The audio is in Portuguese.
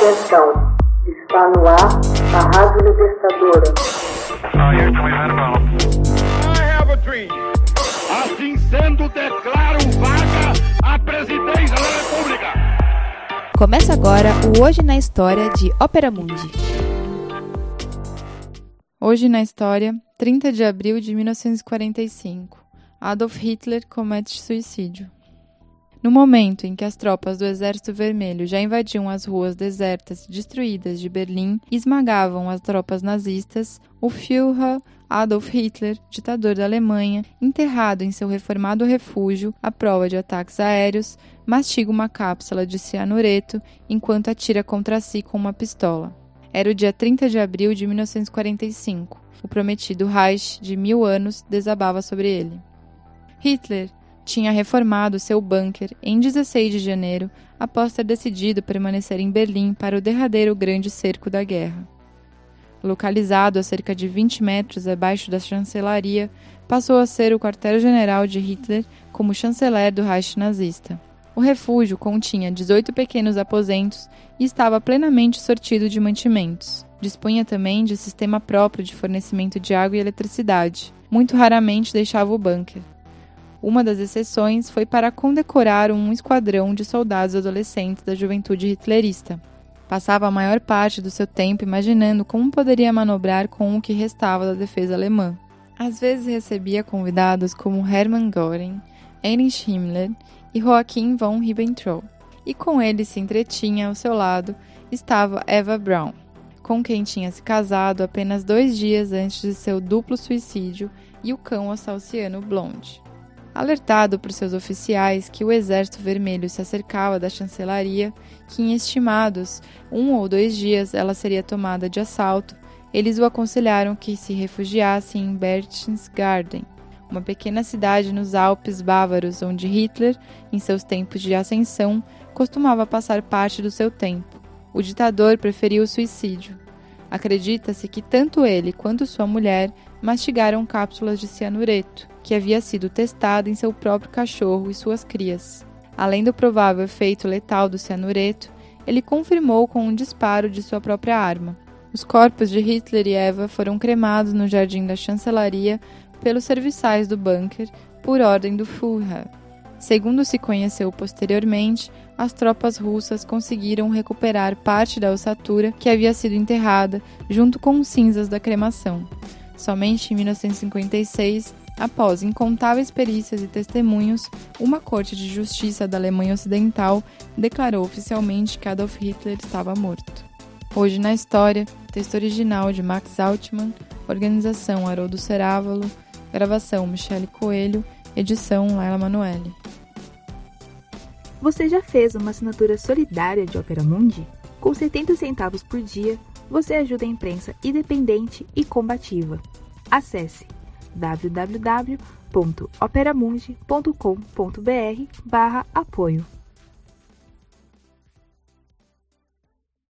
Atenção, está no ar a Rádio Libertadora. Assim sendo, declaro vaga a presidência da República. Começa agora o Hoje na História de Ópera Mundi. Hoje na História, 30 de abril de 1945. Adolf Hitler comete suicídio. No momento em que as tropas do Exército Vermelho já invadiam as ruas desertas e destruídas de Berlim e esmagavam as tropas nazistas, o Führer Adolf Hitler, ditador da Alemanha, enterrado em seu reformado refúgio à prova de ataques aéreos, mastiga uma cápsula de cianureto enquanto atira contra si com uma pistola. Era o dia 30 de abril de 1945. O prometido Reich de 1000 anos desabava sobre ele. Hitler tinha reformado seu bunker em 16 de janeiro, após ter decidido permanecer em Berlim para o derradeiro grande cerco da guerra. Localizado a cerca de 20 metros abaixo da chancelaria, passou a ser o quartel-general de Hitler como chanceler do Reich nazista. O refúgio continha 18 pequenos aposentos e estava plenamente sortido de mantimentos. Dispunha também de sistema próprio de fornecimento de água e eletricidade. Muito raramente deixava o bunker. Uma das exceções foi para condecorar um esquadrão de soldados adolescentes da juventude hitlerista. Passava a maior parte do seu tempo imaginando como poderia manobrar com o que restava da defesa alemã. Às vezes recebia convidados como Hermann Göring, Heinrich Himmler e Joachim von Ribbentrop. E com ele se entretinha ao seu lado estava Eva Braun, com quem tinha se casado apenas 2 dias antes de seu duplo suicídio, e o cão alsaciano Blonde. Alertado por seus oficiais que o Exército Vermelho se acercava da chancelaria, que em estimados 1 ou 2 dias ela seria tomada de assalto, eles o aconselharam que se refugiasse em Berchtesgaden, uma pequena cidade nos Alpes bávaros onde Hitler, em seus tempos de ascensão, costumava passar parte do seu tempo. O ditador preferiu o suicídio. Acredita-se que tanto ele quanto sua mulher mastigaram cápsulas de cianureto, que havia sido testada em seu próprio cachorro e suas crias. Além do provável efeito letal do cianureto, ele confirmou com um disparo de sua própria arma. Os corpos de Hitler e Eva foram cremados no jardim da chancelaria pelos serviçais do bunker, por ordem do Führer. Segundo se conheceu posteriormente, as tropas russas conseguiram recuperar parte da ossatura que havia sido enterrada junto com cinzas da cremação. Somente em 1956, após incontáveis perícias e testemunhos, uma corte de justiça da Alemanha Ocidental declarou oficialmente que Adolf Hitler estava morto. Hoje na História, texto original de Max Altman, organização Haroldo Cerávulo, gravação Michele Coelho, edição Laila Manoeli. Você já fez uma assinatura solidária de Ópera Mundi? Com 70 centavos por dia, você ajuda a imprensa independente e combativa. Acesse www.operamundi.com.br/apoio.